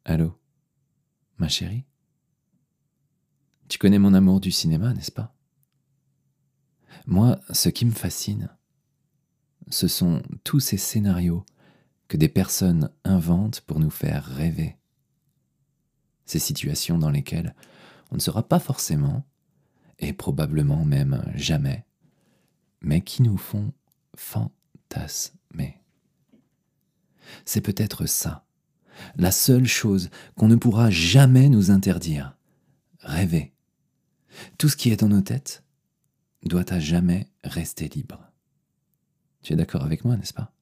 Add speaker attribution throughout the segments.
Speaker 1: Allô, ma chérie? Tu connais mon amour du cinéma, n'est-ce pas? Moi, ce qui me fascine, ce sont tous ces scénarios que des personnes inventent pour nous faire rêver. Ces situations dans lesquelles on ne sera pas forcément, et probablement même jamais, mais qui nous font fantasmer. C'est peut-être ça, la seule chose qu'on ne pourra jamais nous interdire. Rêver. Tout ce qui est dans nos têtes doit à jamais rester libre. Tu es d'accord avec moi, n'est-ce pas?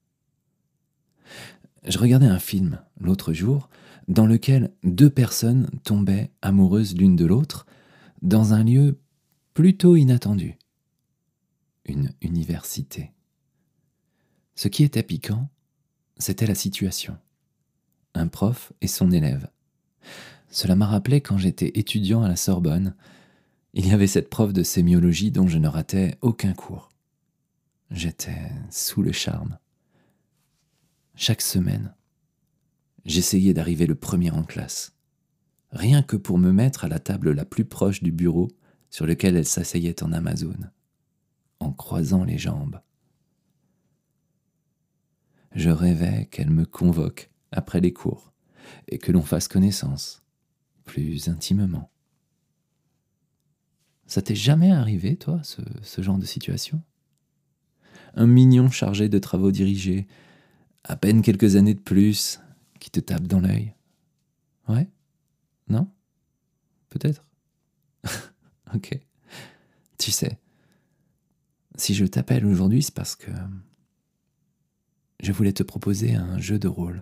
Speaker 1: Je regardais un film l'autre jour dans lequel deux personnes tombaient amoureuses l'une de l'autre dans un lieu plutôt inattendu. Une université. Ce qui était piquant, c'était la situation. Un prof et son élève. Cela m'a rappelé quand j'étais étudiant à la Sorbonne. Il y avait cette prof de sémiologie dont je ne ratais aucun cours. J'étais sous le charme. Chaque semaine, j'essayais d'arriver le premier en classe, rien que pour me mettre à la table la plus proche du bureau sur lequel elle s'asseyait en Amazone, en croisant les jambes. Je rêvais qu'elle me convoque après les cours et que l'on fasse connaissance, plus intimement. Ça t'est jamais arrivé, toi, ce genre de situation? Un mignon chargé de travaux dirigés, à peine quelques années de plus, qui te tape dans l'œil. Ouais? Non? Peut-être? Ok. Tu sais, si je t'appelle aujourd'hui, c'est parce que je voulais te proposer un jeu de rôle.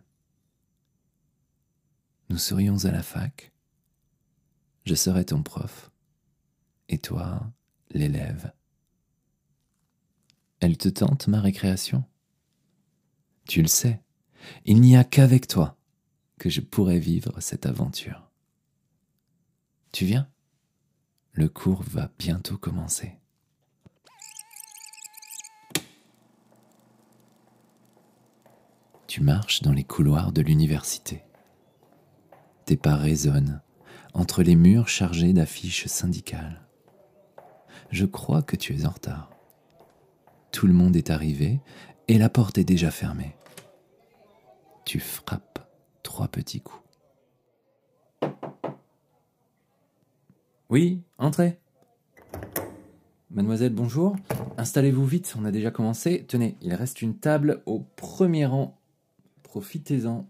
Speaker 1: Nous serions à la fac, je serais ton prof, et toi, l'élève. Elle te tente, ma récréation? Tu le sais, il n'y a qu'avec toi que je pourrais vivre cette aventure. Tu viens? Le cours va bientôt commencer. Tu marches dans les couloirs de l'université. Tes pas résonnent entre les murs chargés d'affiches syndicales. Je crois que tu es en retard. Tout le monde est arrivé et la porte est déjà fermée. Tu frappes 3 petits coups. Oui, entrez. Mademoiselle, bonjour. Installez-vous vite, on a déjà commencé. Tenez, il reste une table au premier rang. Profitez-en.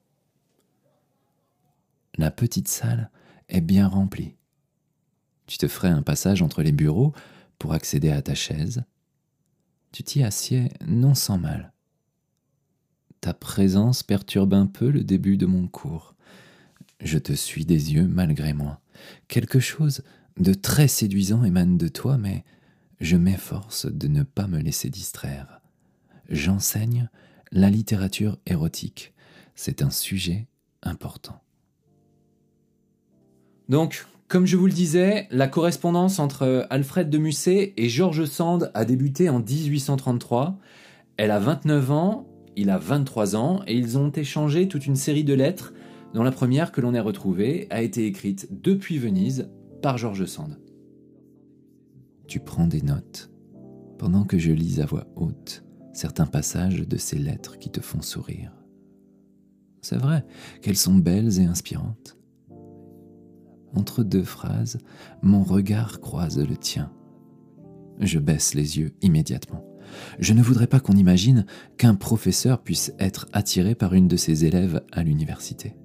Speaker 1: La petite salle est bien remplie. Tu te ferais un passage entre les bureaux pour accéder à ta chaise. Tu t'y assieds non sans mal. Ta présence perturbe un peu le début de mon cours. Je te suis des yeux malgré moi. Quelque chose de très séduisant émane de toi, mais je m'efforce de ne pas me laisser distraire. J'enseigne la littérature érotique. C'est un sujet important. Donc, comme je vous le disais, la correspondance entre Alfred de Musset et George Sand a débuté en 1833. Elle a 29 ans, il a 23 ans, et ils ont échangé toute une série de lettres, dont la première que l'on a retrouvée a été écrite depuis Venise par George Sand. Tu prends des notes, pendant que je lis à voix haute certains passages de ces lettres qui te font sourire. C'est vrai qu'elles sont belles et inspirantes. Entre deux phrases, mon regard croise le tien. Je baisse les yeux immédiatement. Je ne voudrais pas qu'on imagine qu'un professeur puisse être attiré par une de ses élèves à l'université.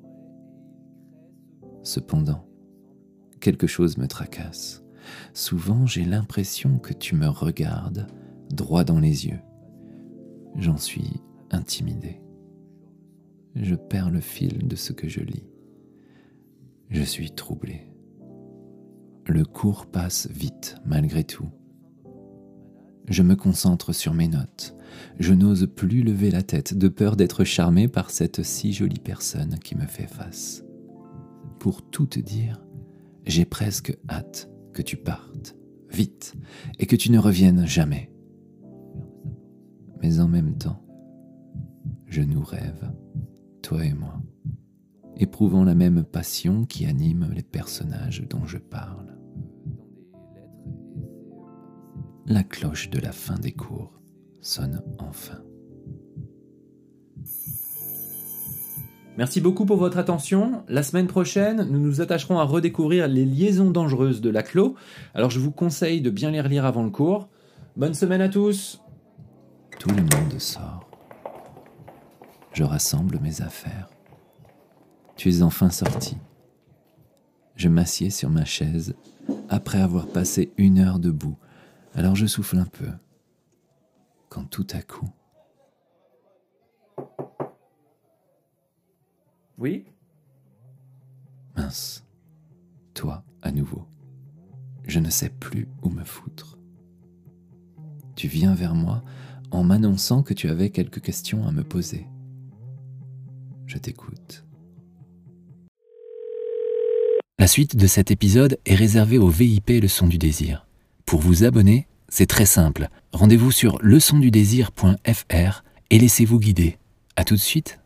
Speaker 1: Cependant, quelque chose me tracasse. Souvent, j'ai l'impression que tu me regardes droit dans les yeux. J'en suis intimidé. Je perds le fil de ce que je lis. Je suis troublé. Le cours passe vite, malgré tout. Je me concentre sur mes notes. Je n'ose plus lever la tête de peur d'être charmé par cette si jolie personne qui me fait face. Pour tout te dire, j'ai presque hâte que tu partes, vite, et que tu ne reviennes jamais. Mais en même temps, je nous rêve, toi et moi. éprouvant la même passion qui anime les personnages dont je parle. La cloche de la fin des cours sonne enfin. Merci beaucoup pour votre attention. La semaine prochaine, nous nous attacherons à redécouvrir les liaisons dangereuses de Laclos. Alors je vous conseille de bien les relire avant le cours. Bonne semaine à tous. Tout le monde sort. Je rassemble mes affaires. Tu es enfin sorti. Je m'assieds sur ma chaise après avoir passé 1 heure debout. Alors je souffle un peu. Quand tout à coup... Oui ? Mince. Toi, à nouveau. Je ne sais plus où me foutre. Tu viens vers moi en m'annonçant que tu avais quelques questions à me poser. Je t'écoute. La suite de cet épisode est réservée au VIP Leçon du Désir. Pour vous abonner, c'est très simple. Rendez-vous sur leçondudésir.fr et laissez-vous guider. À tout de suite.